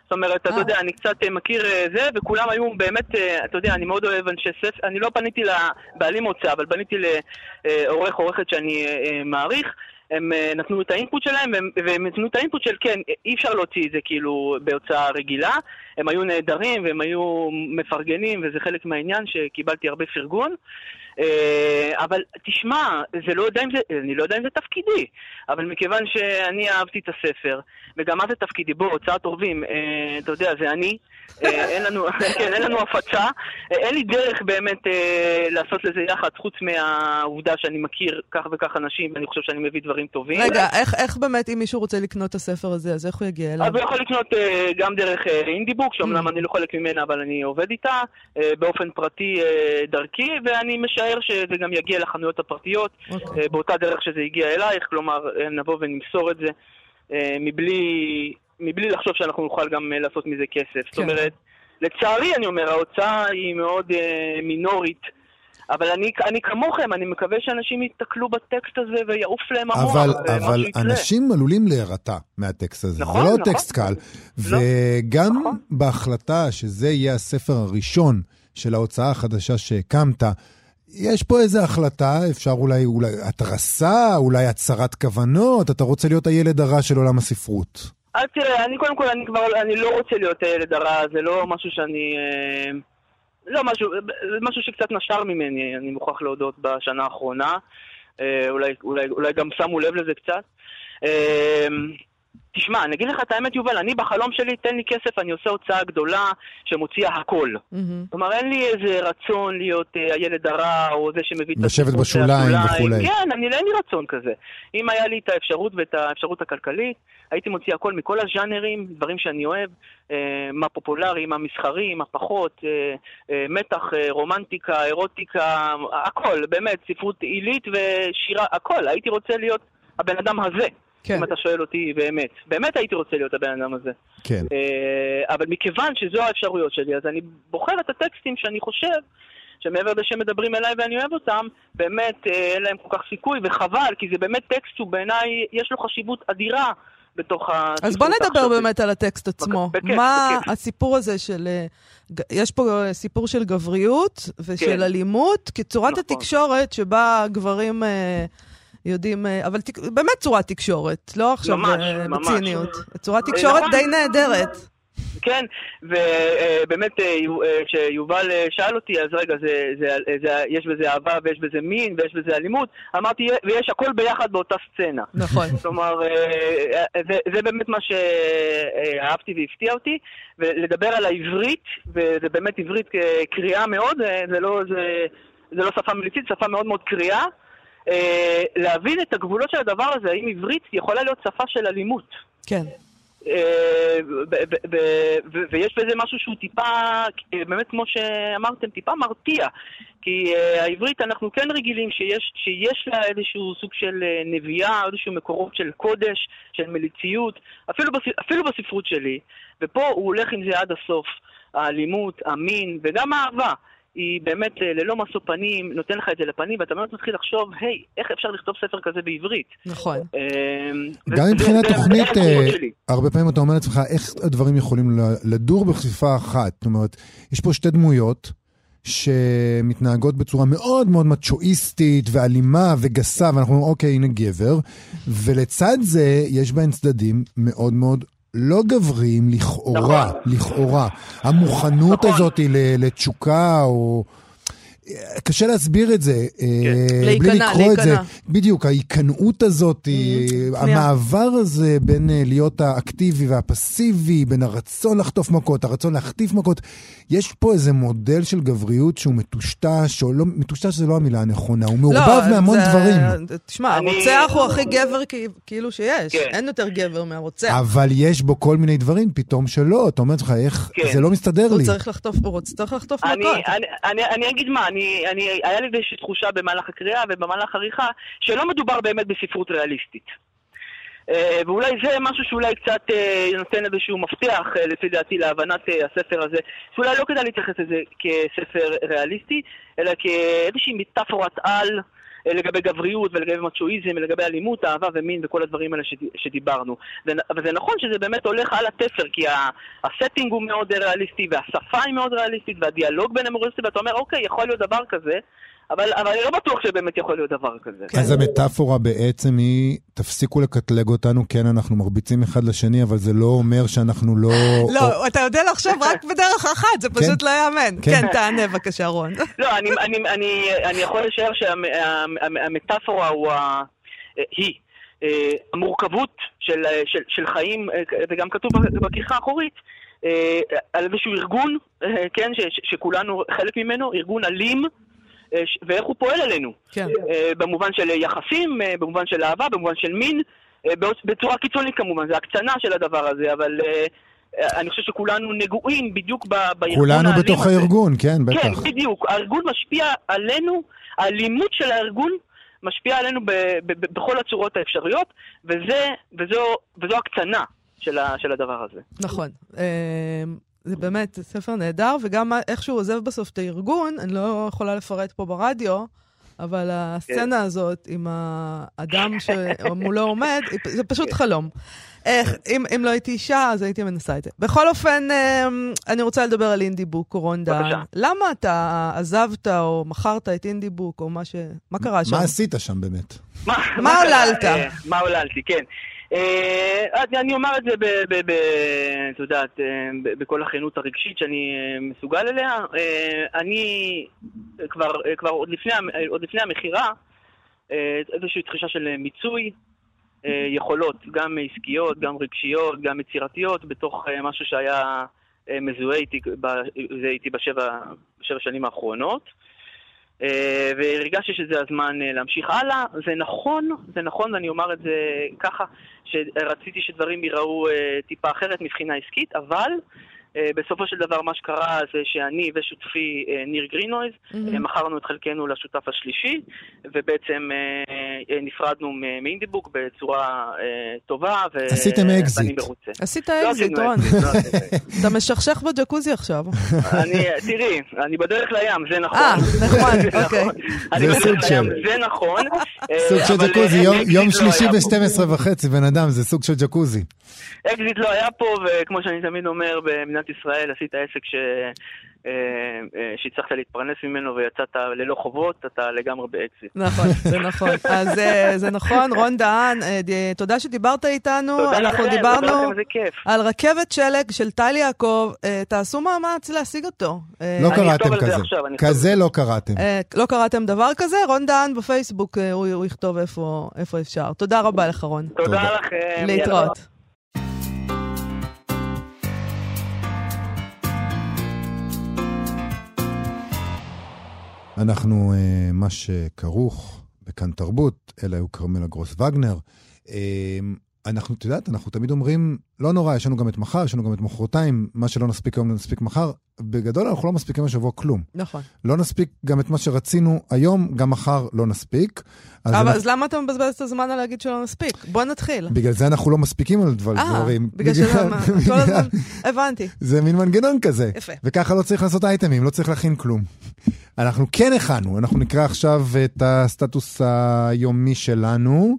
זאת אומרת, אתה יודע, אני קצת מכיר זה, וכולם היו באמת, אתה יודע, אני מאוד אוהב אנשי ספר, אני לא פניתי לבעלים הוצאה, אבל פניתי לעורכת שאני מעריך, הם נתנו את האינפוט שלהם, והם נתנו את האינפוט של כן, אי אפשר להוציא את זה כאילו בהוצאה רגילה, הם היו נהדרים והם היו מפרגנים, וזה חלק מהעניין שקיבלתי הרבה פרגון, אבל תשמע, אני לא יודע אם זה תפקידי, אבל מכיוון שאני אהבתי את הספר, וגם מה זה תפקידי, בוא, הוצאת עורבים, אתה יודע, זה אני, אין לנו הפצה, אין לי דרך באמת לעשות לזה יחד, חוץ מהעובדה שאני מכיר כך וכך אנשים, ואני חושב שאני מביא דברים טובים. רגע, איך באמת אם מישהו רוצה לקנות את הספר הזה, אז איך הוא יגיע אליו? אז הוא יכול לקנות גם דרך אינדיבוק, שאומנם אני לא חלק ממנה, אבל אני עובד איתה, באופן פרטי דרכי, ואני משער שזה גם יגיע לחנויות הפרטיות, באותה דרך שזה הגיע אלייך, כלומר נבוא ונמסור את זה, מבלי לחשוב שאנחנו נוכל גם לעשות מזה כסף. זאת אומרת, לצערי אני אומר, ההוצאה היא מאוד מינורית, אבל אני כמוכם, אני מקווה שאנשים יתקלו בטקסט הזה ויעוף להם המוח. אבל אנשים עלולים להירתע מהטקסט הזה. זה לא טקסט קל. וגם בהחלטה שזה יהיה הספר הראשון של ההוצאה החדשה שהקמת, יש פה איזו החלטה, אפשר אולי התרסה, אולי הצהרת כוונות, אתה רוצה להיות הילד הרע של עולם הספרות. אז תראה, קודם כל, אני לא רוצה להיות הילד הרע, זה לא משהו שאני... לא, משהו שקצת נשר ממני, אני מוכרח להודות בשנה האחרונה, אולי גם שמו לב לזה קצת. תשמע, אני אגיד לך את האמת, יובל, אני בחלום שלי, תן לי כסף, אני עושה הוצאה גדולה שמוציאה הכל. כלומר, אין לי איזה רצון להיות הילד הרע, או זה שמביא את לשבת בשוליים וכולי. כן, אין לי רצון כזה. אם היה לי את האפשרות ואת האפשרות הכלכלית, הייתי מוציא הכל מכל הז'אנרים, דברים שאני אוהב, מה פופולרי, מה מסחרי, מה פחות, מתח, רומנטיקה, אירוטיקה, הכל, באמת, ספרות עילית ושירה, הכל. הייתי רוצה להיות הבן אדם הזה. אם אתה שואל אותי באמת הייתי רוצה להיות הבן אדם הזה. כן. אבל מכיוון שזו האפשרויות שלי, אז אני בוחר את הטקסטים שאני חושב שמעבר לשם מדברים אליי ואני אוהב אותם, באמת אין להם כל כך סיכוי, וחבל, כי זה באמת טקסט ובעיניי יש לו חשיבות אדירה בתוך הסיפור. אז בוא נדבר באמת על הטקסט עצמו. מה הסיפור הזה של... יש פה סיפור של גבריות ושל אלימות, כי צורת התקשורת שבה גברים... יודעים, אבל באמת צורת תקשורת, לא עכשיו בציניות. צורת תקשורת די נהדרת. כן, ובאמת כשיובל שאל אותי, אז רגע, יש בזה אהבה ויש בזה מין ויש בזה אלימות, אמרתי, ויש הכל ביחד באותה סצנה. נכון. כלומר, זה באמת מה שאהבתי והפתיע אותי, ולדבר על העברית, וזה באמת עברית קריאה מאוד, זה לא שפה מליצית, שפה מאוד מאוד קריאה, להבין את הגבולות של הדבר הזה, האם עברית יכולה להיות שפה של אלימות. כן. ויש בזה משהו שהוא טיפה, באמת כמו שאמרתם, טיפה מרתיע. כי העברית אנחנו כן רגילים שיש לה איזשהו סוג של נביאה, איזשהו מקורות של קודש, של מליציות, אפילו בספרות שלי. ופה הוא הולך עם זה עד הסוף. האלימות, המין וגם האהבה. היא באמת ללא משוא פנים, נותן לך את זה לפנים, ואתה באמת מתחיל לחשוב, היי, איך אפשר לכתוב ספר כזה בעברית? נכון. גם מבחינת תוכנית, הרבה פעמים אתה אומר לעצמך, איך הדברים יכולים לדור בחשיפה אחת? זאת אומרת, יש פה שתי דמויות, שמתנהגות בצורה מאוד מאוד מצ'ואיסטית ואלימה וגסה, ואנחנו אומרים, אוקיי, הנה גבר, ולצד זה יש בהן צדדים מאוד מאוד לא גבריים, לכאורה. המוכנות הזאת לתשוקה, או... קשה להסביר את זה, בלי לקרוא את זה. בדיוק, ההיכנעות הזאת, המעבר הזה בין להיות האקטיבי והפסיבי, בין הרצון לחטוף מכות, הרצון להחטיף מכות, יש פה איזה מודל של גבריות שהוא מטושטש, או לא, מטושטש זה לא המילה הנכונה, הוא מעורבב מהמון דברים. תשמע, הרוצח הוא הכי גבר כאילו שיש, אין יותר גבר מהרוצח. אבל יש בו כל מיני דברים, פתאום שלא, אתה אומר לך, איך, זה לא מסתדר לי. הוא צריך לחטוף מכות. אני אגיד מה, היה לי איזושהי תחושה במהלך הקריאה ובמהלך עריכה שלא מדובר באמת בספרות ריאליסטית. ואולי זה משהו שאולי קצת נותן איזשהו מפתח לפי דעתי להבנת הספר הזה, שאולי לא כדאי להתייחס לזה כספר ריאליסטי, אלא כאיזושהי מטאפורת על לגבי גבריות ולגבי מצ'ואיזם ולגבי אלימות, אהבה ומין וכל הדברים האלה שדיברנו. אבל זה נכון שזה באמת הולך על התפר, כי הסטינג הוא מאוד ריאליסטי והשפה היא מאוד ריאליסטית והדיאלוג ביניהם הוא ריאליסטי, ואתה אומר אוקיי, יכול להיות דבר כזה, אבל אני לא בטוח שבאמת יכול להיות דבר כזה. אז המטאפורה בעצם היא, תפסיקו לקטלג אותנו, כן, אנחנו מרביצים אחד לשני, אבל זה לא אומר שאנחנו לא... לא, אתה יודע לחשוב רק בדרך אחת, זה פשוט לא יאמן. כן, תענה בבקשה, רון. לא, אני יכול לשער שהמטאפורה היא המורכבות של חיים, וגם כתוב בכריכה האחורית, על איזשהו ארגון, כן, שכולנו חלק ממנו, ארגון אלים, ואיך הוא פועל עלינו. כן. במובן של יחסים, במובן של אהבה, במובן של מין, בצורה קיצונית כמובן, זה הקצנה של הדבר הזה, אבל אני חושב שכולנו נגועים בדיוק בארגון. כולנו בתוך הארגון, כן, בטח. כן, בדיוק. הארגון משפיע עלינו, האלימות של הארגון משפיע עלינו בכל הצורות האפשריות, וזו הקצנה של הדבר הזה. נכון. זה באמת ספר נהדר, וגם איך שהוא עוזב בסוף את הארגון, אני לא יכולה לפרט פה ברדיו, אבל הסצנה הזאת עם האדם שמולו עומד, זה פשוט חלום. אם לא הייתי אישה, אז הייתי מנסה את זה. בכל אופן, אני רוצה לדבר על אינדי בוק, רון דהן. למה אתה עזבת או מכרת את אינדי בוק, או מה קרה שם? מה עשית שם באמת? מה עוללת? מה עוללתי, כן. אני אומר את זה את יודעת, בכל הכנות הרגשית שאני מסוגל אליה. אני כבר עוד לפני המחירה, איזושהי תחישה של מיצוי יכולות, גם עסקיות, גם רגשיות, גם יצירתיות, בתוך משהו שהיה מזוהה איתי בשבע שנים האחרונות. והרגשתי שזה הזמן להמשיך הלאה. זה נכון, ואני אומר את זה ככה, שרציתי שדברים ייראו טיפה אחרת מבחינה עסקית, אבל בסופו של דבר מה שקרה זה שאני ושותפי ניר גרינויז מכרנו את חלקנו לשותף השלישי, ובעצם נפרדנו מאינדי בוק בצורה טובה, עשיתם אקזיט. עשית אקזיט, רון. אתה משכשך בג'קוזי עכשיו. תראי, אני בדרך לים, זה נכון. נכון, אוקיי. אני בדרך לים, זה נכון. סוג של ג'קוזי, יום שלישי ב-12:30, בן אדם, זה סוג של ג'קוזי. אקזיט לא היה פה, וכמו שאני תמיד אומר, במדינת ישראל עשית עסק שהצלחת להתפרנס ממנו ויצאת ללא חובות, אתה לגמרי באקזיט. נכון, זה נכון. אז זה נכון, רון דהן, תודה שדיברת איתנו. אנחנו דיברנו על רכבת שלג של טל יעקב. תעשו מאמץ להשיג אותו. לא קראתם כזה. כזה לא קראתם. לא קראתם דבר כזה? רון דהן בפייסבוק, הוא יכתוב איפה אפשר. תודה רבה לך, רון. תודה לכם. להתראות. אנחנו, מה שכרוך בכאן תרבות, אלה היו קרמלה גרוס וגנר. אנחנו, תדעת, אנחנו תמיד אומרים, לא נורא, יש לנו גם את מחר, יש לנו גם את מחרתיים, מה שלא נספיק היום, לא נספיק מחר. בגדול אנחנו לא מספיקים השבוע כלום. נכון. לא נספיק גם את מה שרצינו היום, גם מחר לא נספיק. אז למה אתה מבזבז את הזמן על להגיד שלא נספיק? בוא נתחיל. בגלל זה אנחנו לא מספיקים על דברים. בגלל כל הזמן, הבנתי. זה מין מנגנון כזה. יפה. וככה לא צריך לעשות אייטמים, לא צריך להכין כלום. אנחנו כן הכנו, אנחנו נקרא עכשיו את הסטטוס היומי שלנו,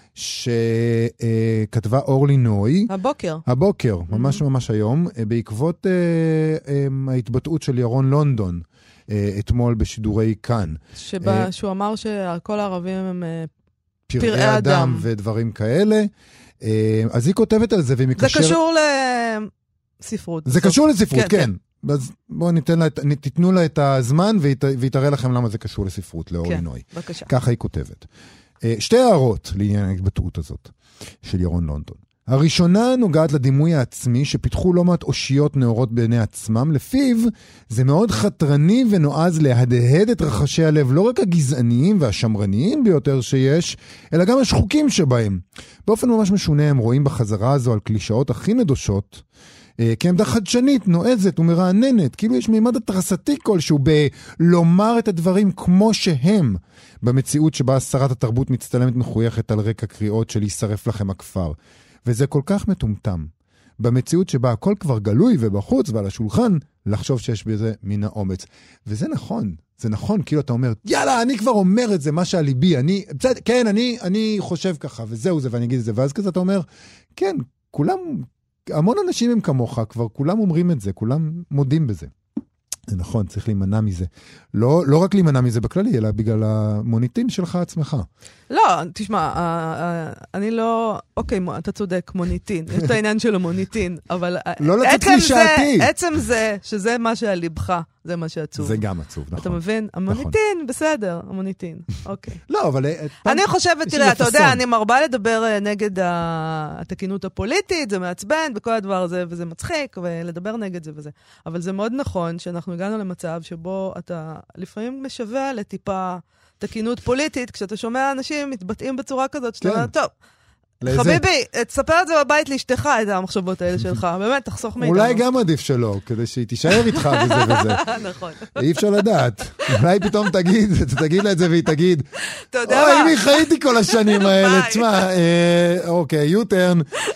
שכתבה אורלי נוי. הבוקר, ממש היום, בעקבות ההתבטאות של ירון לונדון, אתמול בשידורי כאן. שהוא אמר שכל הערבים הם פרעי אדם. ודברים כאלה. אז היא כותבת על זה, והיא מקשרת... זה קשור לספרות. זה קשור לספרות, כן. אז בואו תיתנו לה את הזמן, והיא תראה לכם למה זה קשור לספרות, לאורלי נוי. בבקשה. ככה היא כותבת. שתי הערות לעניין ההתבטאות הזאת של ירון לונדון. הראשונה נוגעת לדימוי העצמי שפיתחו לא מעט אושיות נאורות בעיני עצמם, לפיו זה מאוד חתרני ונועז להדהד את רחשי הלב, לא רק הגזעניים והשמרניים ביותר שיש, אלא גם השחוקים שבהם. באופן ממש משונה הם רואים בחזרה הזו על קלישאות הכי נדושות, כעמדה חדשנית, נועזת ומרעננת, כאילו יש מימד התרסתי כלשהו בלומר את הדברים כמו שהם, במציאות שבה שרת התרבות מצטלמת מחויכת על רקע קריאות של יישרף לכם הכפר. וזה כל כך מטומטם. במציאות שבה הכל כבר גלוי ובחוץ ועל השולחן, לחשוב שיש בזה מן האומץ. וזה נכון, זה נכון, כאילו אתה אומר, יאללה, אני כבר אומר את זה, מה שעל ליבי, כן, אני חושב ככה, וזהו זה, ואני אגיד את זה, ואז כזה אתה אומר, כן, כולם, המון אנשים הם כמוך, כבר כולם אומרים את זה, כולם מודים בזה. זה נכון, צריך להימנע מזה. לא רק להימנע מזה בכללי, אלא בגלל המוניטין שלך עצמך. לא, תשמע, אני לא... אוקיי, אתה צודק, מוניטין. יש את העניין של המוניטין, אבל... לא לצאת קלישאתי. עצם זה, שזה מה שעל ליבך, זה מה שעצוב. זה גם עצוב, נכון. אתה מבין? המוניטין, בסדר, המוניטין. אוקיי. לא, אבל... אני חושבת, תראה, אתה יודע, אני מרבה לדבר נגד התקינות הפוליטית, זה מעצבן, וכל הדבר הזה, וזה מצחיק, ולדבר נגד זה וזה. אבל זה מאוד נכון שאנחנו הגענו למצב שבו אתה לפעמים משווה לטיפה תקינות פוליטית, כשאתה שומע אנשים מתבטאים בצורה כזאת, שאתה אומר, טוב, חביבי, תספר את זה בבית לאשתך, את המחשבות האלה שלך. באמת, תחסוך מאיתנו. אולי גם עדיף שלא, כדי שהיא תישאר איתך וזה וזה. נכון. אי אפשר לדעת. אולי פתאום תגיד לה את זה והיא תגיד, אתה יודע מה? אוי, מי חייתי כל השנים האלה? תשמע, אוקיי, יוטרן.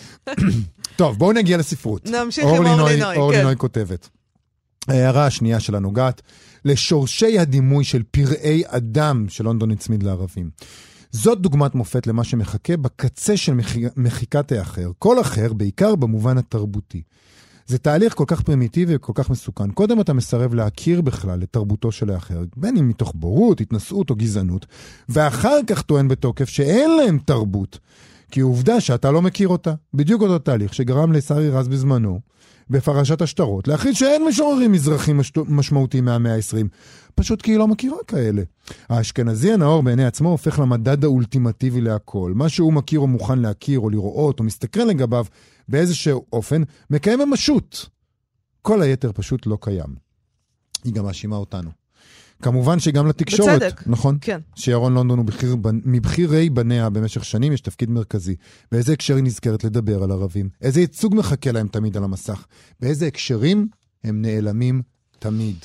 טוב, בואו נגיע לספרות. נמשיך עם אורלי נוי. אורלי נוי כותבת. ההערה השנייה שלה נוגעת לשורשי הדימוי של פראי אדם שלונדון הצמיד לערבים. זאת דוגמת מופת למה שמחכה בקצה של מחיקת האחר. כל אחר, בעיקר במובן התרבותי. זה תהליך כל כך פרימיטיבי וכל כך מסוכן. קודם אתה מסרב להכיר בכלל לתרבותו של האחר, בין אם מתוך בורות, התנסות או גזענות, ואחר כך טוען בתוקף שאין להם תרבות. כי העובדה שאתה לא מכיר אותה. בדיוק אותו תהליך שגרם לשרי רז בזמנו, בפרשת השטרות, להחליט שאין משוררים מזרחים משמעותיים מהמאה ה-20, פשוט כי היא לא מכירה כאלה. האשכנזי הנאור בעיני עצמו הופך למדד האולטימטיבי להכל. מה שהוא מכיר או מוכן להכיר או לראות או מסתקרן לגביו באיזשהו אופן, מקיים ממשות. כל היתר פשוט לא קיים. היא גם מאשימה אותנו. כמובן שגם לתקשורת, בצדק. נכון? כן. שירון לונדון הוא מבחירי בניה במשך שנים, יש תפקיד מרכזי. באיזה הקשר היא נזכרת לדבר על ערבים? איזה ייצוג מחכה להם תמיד על המסך? באיזה הקשרים הם נעלמים תמיד?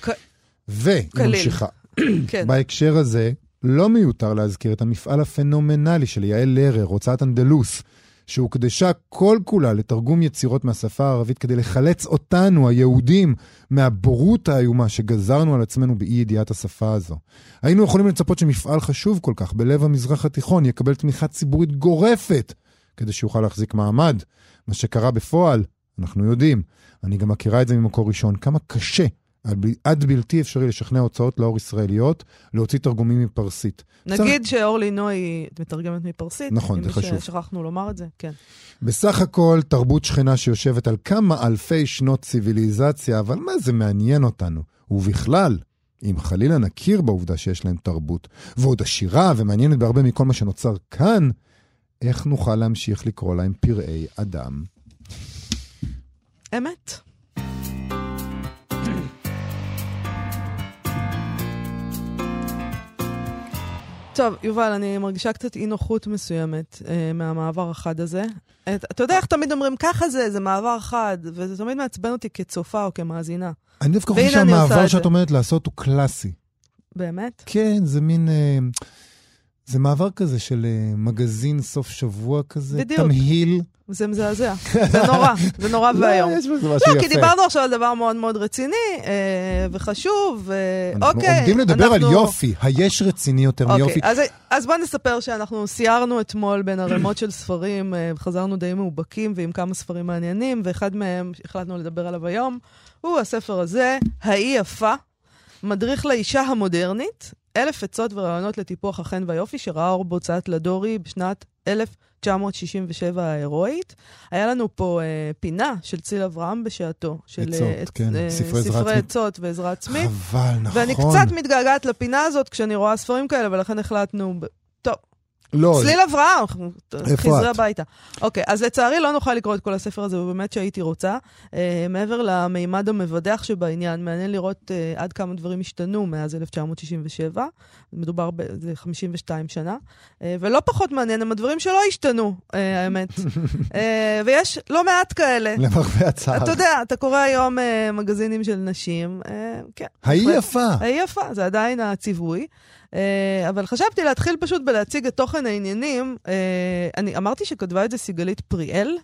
והיא ממשיכה. כן. בהקשר הזה, לא מיותר להזכיר את המפעל הפנומנלי של יעל לרר, הוצאת אנדלוס, שהוקדשה כל כולה לתרגום יצירות מהשפה הערבית כדי לחלץ אותנו, היהודים, מהבורות האיומה שגזרנו על עצמנו באי ידיעת השפה הזו. היינו יכולים לצפות שמפעל חשוב כל כך בלב המזרח התיכון יקבל תמיכה ציבורית גורפת כדי שיוכל להחזיק מעמד. מה שקרה בפועל, אנחנו יודעים. אני גם מכירה את זה ממקור ראשון. כמה קשה, עד בלתי אפשרי לשכנע הוצאות לאור ישראליות, להוציא תרגומים מפרסית. נגיד שאורלי נוי מתרגמת מפרסית. נכון, זה חשוב. שכחנו לומר את זה, כן. בסך הכל, תרבות שכנה שיושבת על כמה אלפי שנות ציוויליזציה, אבל מה זה מעניין אותנו? ובכלל, אם חלילה נכיר בעובדה שיש להם תרבות, ועוד עשירה ומעניינת בהרבה מכל מה שנוצר כאן, איך נוכל להמשיך לקרוא להם פראי אדם? אמת. טוב, יובל, אני מרגישה קצת אי נוחות מסוימת מהמעבר החד הזה. אתה יודע איך תמיד אומרים, ככה זה מעבר חד, וזה תמיד מעצבן אותי כצופה או כמאזינה. אני דווקא חושב שהמעבר שאת אומרת לעשות הוא קלאסי. באמת? כן, זה מין... זה מעבר כזה של מגזין סוף שבוע כזה, בדיוק. תמהיל. זה מזעזע, זה נורא והיום. יש בזה משהו יפה. כי דיברנו עכשיו על דבר מאוד מאוד רציני וחשוב. אנחנו עומדים לדבר על יופי, היש רציני יותר מיופי. אז בוא נספר שאנחנו סיירנו אתמול בין הרמות של ספרים, חזרנו די מאובקים ועם כמה ספרים מעניינים, ואחד מהם החלטנו לדבר עליו היום, הוא הספר הזה, האי יפה, מדריך לאישה המודרנית, 1000 עצות ורעיונות לטיפוח החן והיופי, שראה אור בהוצאת לדורי בשנת 1967 ההירואית. היה לנו פה פינה של ציל אברהם בשעתו, של עצות, כן, ספרי עצות ועזרה עצמית. חבל, נכון. ואני קצת מתגעגעת לפינה הזאת כשאני רואה ספרים כאלה, ולכן החלטנו, טוב, לא, צליל אברהם, חזרה הביתה. אוקיי, אז לצערי לא נוכל לקרוא את כל הספר הזה, ובאמת שהייתי רוצה. מעבר למימד המבדח שבעניין, מעניין לראות עד כמה דברים השתנו מאז 1967, מדובר ב-52 שנה, ולא פחות מעניין הם הדברים שלא השתנו, האמת. ויש לא מעט כאלה. למרבה הצער. אתה יודע, אתה קורא היום מגזינים של נשים, כן. האי יפה. האי יפה, זה עדיין הציווי. אבל חשבתי להתחיל פשוט בלהציג את תוכן העניינים. אני אמרתי שכתבה את זה סיגלית פריאל,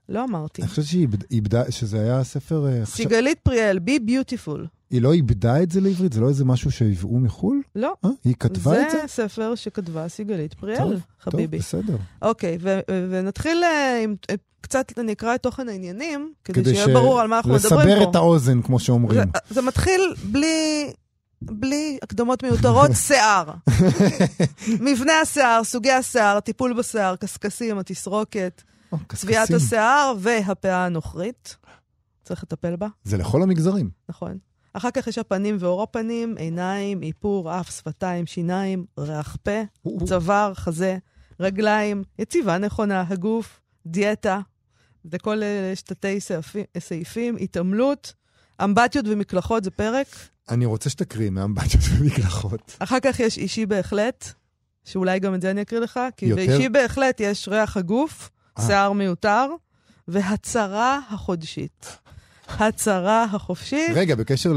לא אמרתי. אני חושב שהיא איבדה, שזה היה ספר... סיגלית פריאל, Be Beautiful. היא לא איבדה את זה לעברית? זה לא איזה משהו שהביאו מחול? לא. היא כתבה את זה? זה ספר שכתבה סיגלית פריאל, חביבי. טוב, בסדר. אוקיי, ונתחיל עם... קצת נקרא את תוכן העניינים, כדי שיהיה ברור על מה אנחנו מדברים פה. לסבר את האוזן, כמו שאומרים. זה מתחיל בלי הקדמות מיותרות, שיער. מבנה השיער, סוגי השיער, טיפול בשיער, קסקסים, התסרוקת, צביעת השיער והפאה הנוכרית. צריך לטפל בה. זה לכל המגזרים. נכון. אחר כך יש הפנים ואור הפנים, עיניים, איפור, אף, שפתיים, שיניים, ריח פה, צוואר, חזה, רגליים, יציבה נכונה, הגוף, דיאטה, לכל שתתי סעיפים, התעמלות, אמבטיות ומקלחות, זה פרק. אני רוצה שתקריא מאמבטיות ומקלחות. אחר כך יש אישי בהחלט, שאולי גם את זה אני אקריא לך, כי באישי בהחלט יש ריח הגוף, שיער מיותר, והצרה החודשית. הצרה החופשית. רגע, בקשר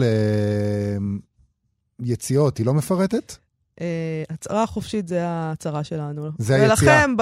ליציאות, היא לא מפרטת? הצרה החופשית זה הצרה שלנו. זה היציאה. ולכם,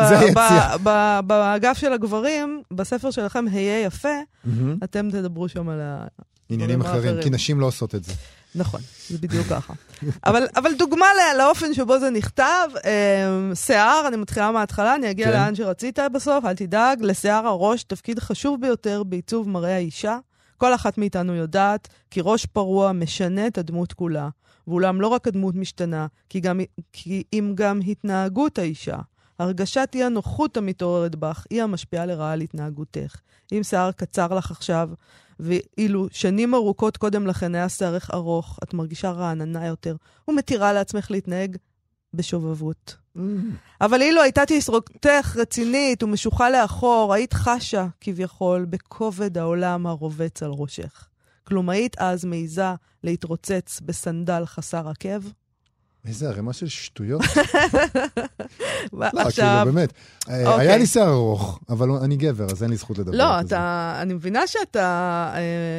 באגף של הגברים, בספר שלכם, היה יפה, אתם תדברו שם על עניינים אחרים, כי נשים לא עושות את זה. נכון, זה בדיוק ככה. אבל דוגמה לאופן שבו זה נכתב, שיער, אני מתחילה מההתחלה, אני אגיע לאן שרצית בסוף, אל תדאג, לשיער הראש, תפקיד חשוב ביותר בעיצוב מראה האישה. כל אחת מאיתנו יודעת, כי ראש פרוע משנה את הדמות כולה. ואולם לא רק הדמות משתנה, כי אם גם התנהגות האישה. הרגשת היא הנוחות המתעוררת בך, היא המשפיעה לרעה על התנהגותך. אם שיער קצר לך עכשיו, ואילו שנים ארוכות קודם לכן היה שיערך ארוך, את מרגישה רעננה יותר, ומתירה לעצמך להתנהג בשובבות. אבל אילו הייתה תסרוקתך רצינית ומשוחה לאחור, היית חשה כביכול בכובד העולם הרובץ על ראשך. כלום היית אז מעיזה להתרוצץ בסנדל חסר עקב? איזה הרמה של שטויות. לא, עכשיו... כאילו, באמת. היה לי שיער ארוך, אבל אני גבר, אז אין לי זכות לדבר. לא, אני מבינה שאתה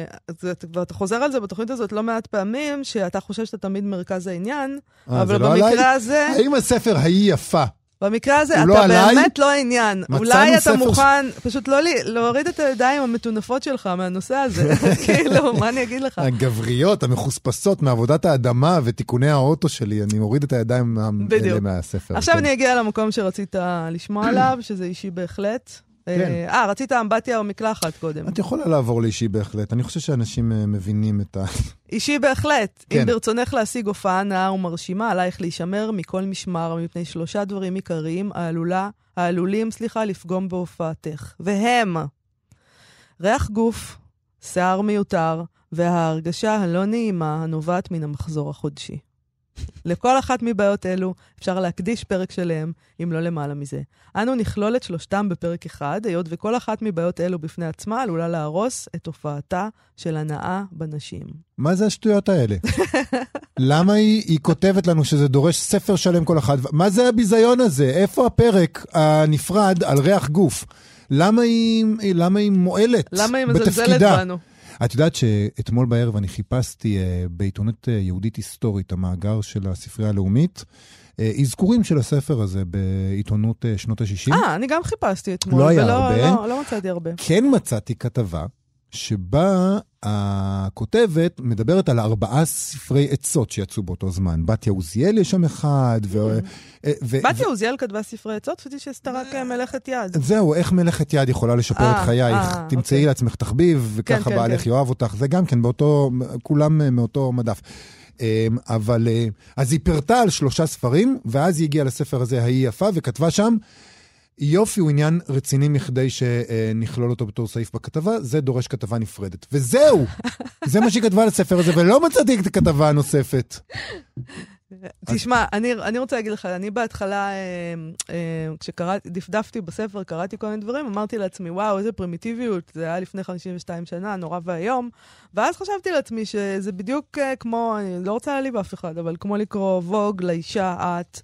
חוזר על זה בתוכנית הזאת לא מעט פעמים, שאתה חושב שאתה תמיד מרכז העניין, אבל במקרה הזה... האם הספר היא יפה? במקרה הזה אתה באמת לא העניין. אולי אתה מוכן פשוט לא להוריד את הידיים המטונפות שלך מהנושא הזה. כאילו, מה אני אגיד לך? הגבריות, המחוספסות מעבודת האדמה ותיקוני האוטו שלי, אני מוריד את הידיים מהספר. עכשיו אני אגיע למקום שרצית לשמוע עליו, שזה אישי בהחלט. רצית אמבטיה או מקלחת קודם. את יכולה לעבור לאישי בהחלט. אני חושב שאנשים מבינים את ה... אישי בהחלט. אם ברצונך להשיג הופעה נאה ומרשימה, עלייך להישמר מכל משמר, מפני 3 דברים עיקריים העלולים לפגום בהופעתך. והם ריח גוף, שיער מיותר, וההרגשה הלא נעימה הנובעת מן המחזור החודשי. לכל אחת מבעיות אלו אפשר להקדיש פרק שלהם, אם לא למעלה מזה. אנו נכלול את 3 בפרק אחד, היות וכל אחת מבעיות אלו בפני עצמה עלולה להרוס את הופעתה של הנאה בנשים. מה זה השטויות האלה? למה היא כותבת לנו שזה דורש ספר שלם כל אחד? מה זה הביזיון הזה? איפה הפרק הנפרד על ריח גוף? למה היא מועלת בתפקידה? למה היא מזלזלת בנו? את יודעת שאתמול בערב אני חיפשתי בעיתונות יהודית היסטורית, המאגר של הספרייה הלאומית, אזכורים של הספר הזה בעיתונות שנות ה-60. אני גם חיפשתי אתמול. לא היה הרבה. לא מצאתי הרבה. כן מצאתי כתבה שבה הכותבת מדברת על 4 ספרי עצות שיצאו באותו זמן. בתיה עוזיאל יש שם אחד. בתיה עוזיאל כתבה ספרי עצות, חשבתי שעשתה רק מלאכת יד. זהו, איך מלאכת יד יכולה לשפר את חייך. תמצאי לעצמך תחביב, וככה בעלך יאהב אותך. זה גם כן, כולם מאותו מדף. אבל, אז היא פרטה על 3 ספרים, ואז היא הגיעה לספר הזה, היא יפה, וכתבה שם, יופי הוא עניין רציני מכדי שנכלול אותו בתור סעיף בכתבה, זה דורש כתבה נפרדת. וזהו! זה מה שהיא כתבה לספר הזה, ולא מצאתי את הכתבה הנוספת. תשמע, אני רוצה להגיד לך, אני בהתחלה, כשדפדפתי בספר, קראתי כל מיני דברים, אמרתי לעצמי, וואו, איזה פרימיטיביות, זה היה לפני 52 שנה, נורא והיום, ואז חשבתי לעצמי שזה בדיוק כמו, אני לא רוצה להעליב אף אחד, אבל כמו לקרוא ווג לאישה, את,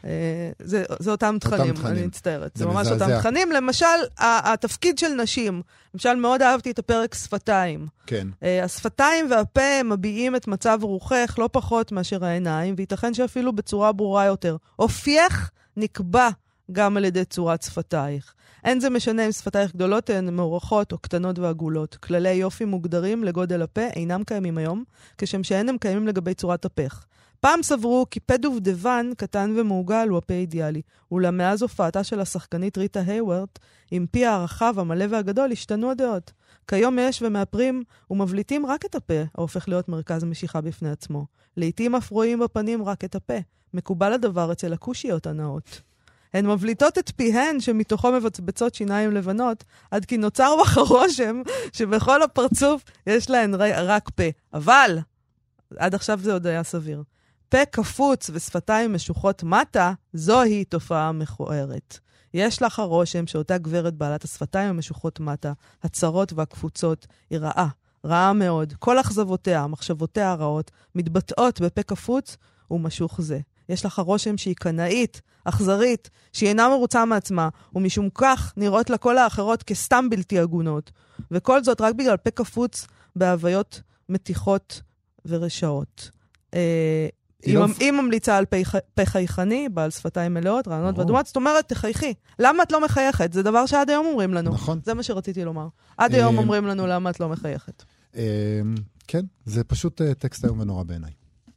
זה אותם תכנים, אני מצטערת. זה ממש אותם תכנים. למשל, התפקיד של נשים, למשל, מאוד אהבתי את הפרק שפתיים. כן. השפתיים והפה מביעים את מצב רוחך לא פחות מאשר העיניים, וייתכן שאפילו בצורה ברורה יותר. אופייך נקבע גם על ידי צורת שפתייך. אין זה משנה אם שפתייך גדולות הן מאורכות או קטנות ועגולות. כללי יופי מוגדרים לגודל הפה אינם קיימים היום, כשם שאין הם קיימים לגבי צורת הפך. פעם סברו כי פה דובדבן קטן ומעוגל הוא הפה אידיאלי, אולם מאז הופעתה של השחקנית ריטה היוורט, עם פי הרחב, המלא והגדול, השתנו הדעות. כיום יש ומאפרים ומבליטים רק את הפה, ההופך להיות מרכז משיכה בפני עצמו. לעתים אף רואים בפנים רק את הפה. מקובל הדבר אצל הקושיות הנאות. הן מבליטות את פיהן שמתוכו מבצבצות שיניים לבנות, עד כי נוצר בך הרושם שבכל הפרצוף יש להן רק פה. אבל, עד עכשיו זה עוד היה סביר. פה קפוץ ושפתיים משוכות מטה, זוהי תופעה מכוערת. יש לך הרושם שאותה גברת בעלת השפתיים המשוכות מטה, הצרות והקפוצות, היא רעה. רעה מאוד. כל אכזבותיה, מחשבותיה הרעות, מתבטאות בפה קפוץ ומשוך זה. יש לך הרושם שהיא קנאית, אכזרית, שהיא אינה מרוצה מעצמה, ומשום כך נראות לה כל האחרות כסתם בלתי הגונות. וכל זאת רק בגלל פה קפוץ בהוויות מתיחות ורשעות. היא ממליצה על פה חייכני, בעל שפתיים מלאות, רעיונות ואדומות, זאת אומרת, תחייכי. למה את לא מחייכת? זה דבר שעד היום אומרים לנו. נכון. זה מה שרציתי לומר. עד היום אומרים לנו למה את לא מחייכת. כן, זה פשוט טקסט היום ונורא בעיניי.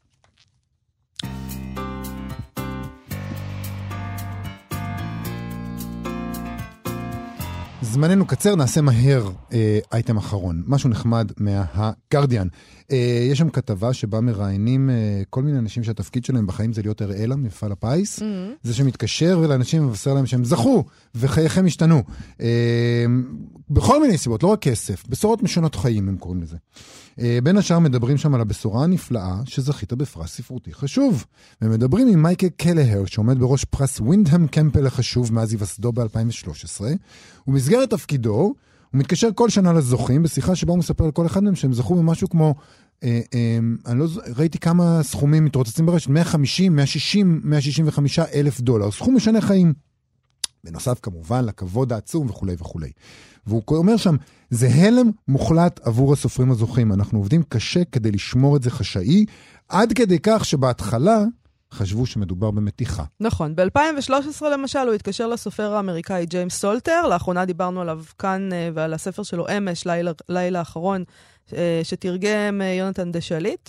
זמננו קצר, נעשה מהר אייטם אחרון. משהו נחמד מהגרדיאן. יש שם כתבה שבה מראיינים כל מיני אנשים שהתפקיד שלהם בחיים זה להיות הראלה מפעל הפיס. זה שמתקשר ולאנשים מבשר להם שהם זכו וחייכם השתנו. בכל מיני סיבות, לא רק כסף. בשורות משונות חיים הם קוראים לזה. בין השאר מדברים שם על הבשורה הנפלאה שזכית בפרס ספרותי חשוב. ומדברים עם מייקל קלהר שעומד בראש פרס ווינדהם קמפל החשוב מאז היווסדו ב-2013. ומסגרת תפקידו הוא מתקשר כל שנה לזוכים בשיחה שבה הוא מספר לכל אחד מהם שהם זכו במשהו כמו, אני לא ראיתי כמה סכומים מתרוצצים ברשת, 150, 160, 165 אלף דולר. סכום משנה חיים. בנוסף כמובן לכבוד העצום וכו' וכו'. והוא אומר שם, זה הלם מוחלט עבור הסופרים הזוכים. אנחנו עובדים קשה כדי לשמור את זה חשאי, עד כדי כך שבהתחלה חשבו שמדובר במתיחה. נכון. ב-2013 למשל הוא התקשר לסופר האמריקאי ג'יימס סולטר, לאחרונה דיברנו עליו כאן ועל הספר שלו אמש, לילה האחרון, שתרגם יונתן דשליט.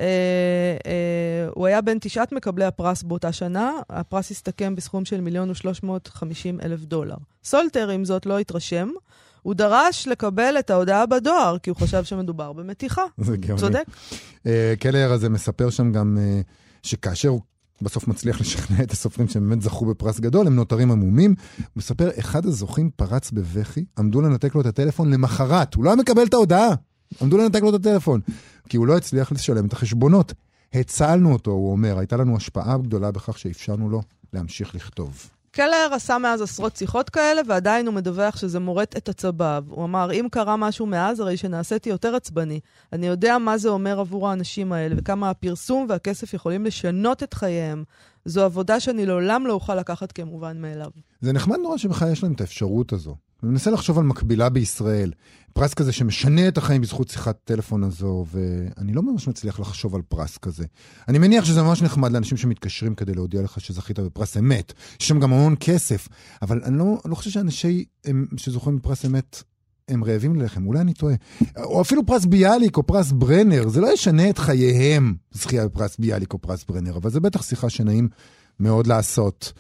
הוא היה בין 9 מקבלי הפרס באותה שנה, הפרס הסתכם בסכום של $1,350,000. סולטר, עם זאת, לא התרשם. הוא דרש לקבל את ההודעה בדואר, כי הוא חשב שמדובר במתיחה. זה גאוני. צודק. קלהר הזה מספר שם גם שכאשר הוא בסוף מצליח לשכנע את הסופרים שבאמת זכו בפרס גדול, הם נותרים עמומים. הוא מספר, אחד הזוכים פרץ בבכי, עמדו לנתק לו את הטלפון למחרת. הוא לא מקבל את ההודעה. עמדו לנתק לו את הטלפון. כי הוא לא הצליח לשלם את החשבונות. הצלנו אותו, הוא אומר. הייתה לנו השפעה גדולה בכך שאפשרנו לו להמשיך לכתוב. קלהר עשה מאז עשרות שיחות כאלה, ועדיין הוא מדווח שזה מורט את הצבב. הוא אמר, אם קרה משהו מאז, הרי שנעשיתי יותר עצבני. אני יודע מה זה אומר עבור האנשים האלה, וכמה הפרסום והכסף יכולים לשנות את חייהם. זו עבודה שאני לעולם לא אוכל לקחת כמובן מאליו. זה נחמד נורא שבכלל יש להם את האפשרות הזו. אני מנסה לחשוב על מקבילה בישראל. פרס כזה שמשנה את החיים בזכות שיחת טלפון הזו, ואני לא ממש מצליח לחשוב על פרס כזה. אני מניח שזה ממש נחמד לאנשים שמתקשרים כדי להודיע לך שזכית בפרס אמת. יש שם גם המון כסף, אבל אני לא חושב שאנשים שזוכים בפרס אמת הם רעבים ללחם, אולי אני טועה. או אפילו פרס ביאליק או פרס ברנר, זה לא ישנה את חייהם, זכייה בפרס ביאליק או פרס ברנר, אבל זה בטח שיחה שנעים מאוד לעשות.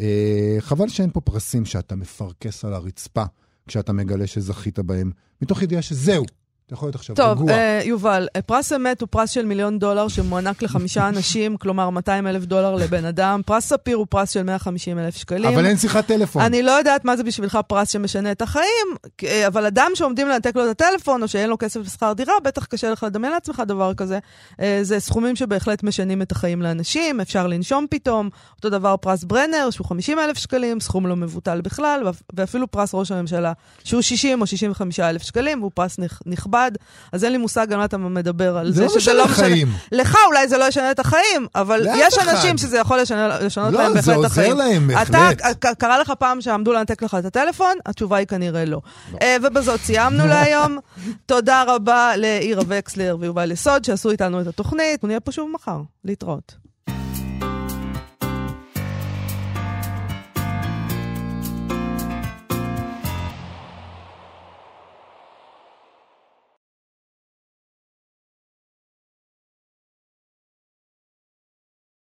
חבל שאין פה פרסים שאתה מפרקס על הרצפה, כשאתה מגלה שזכית בהם, מתוך ידיעה שזהו. אתה יכול להיות עכשיו רגוע. טוב, יובל, פרס אמת הוא פרס של $1,000,000 שמוענק ל5 אנשים, כלומר $200,000 לבן אדם. פרס ספיר הוא פרס של $150,000. אבל אין שיחת טלפון. אני לא יודעת מה זה בשבילך פרס שמשנה את החיים, אבל אדם שעומדים לנתק לו את הטלפון, או שאין לו כסף לשכר דירה, בטח קשה לך לדמיין לעצמך דבר כזה. זה סכומים שבהחלט משנים את החיים לאנשים, אפשר לנשום פתאום. אותו דבר פרס ברנר, שהוא $50,000, סכום לא מבוטל בכלל, ואפילו פרס ראש הממשלה, שהוא $60,000 או $65,000, והוא פרס נכבד. אז אין לי מושג על מה אתה מדבר על זה שזה לא משנה. לך אולי זה לא ישנה את החיים, אבל יש אנשים שזה יכול לשנות להם בהחלט את החיים. לא, זה עוזר להם בהחלט. קרה לך פעם שעמדו לנתק לך את הטלפון? התשובה היא כנראה לא. ובזאת סיימנו להיום. תודה רבה לאירה וקסלר ויובל יסוד שעשו איתנו את התוכנית. נהיה פה שוב מחר. להתראות.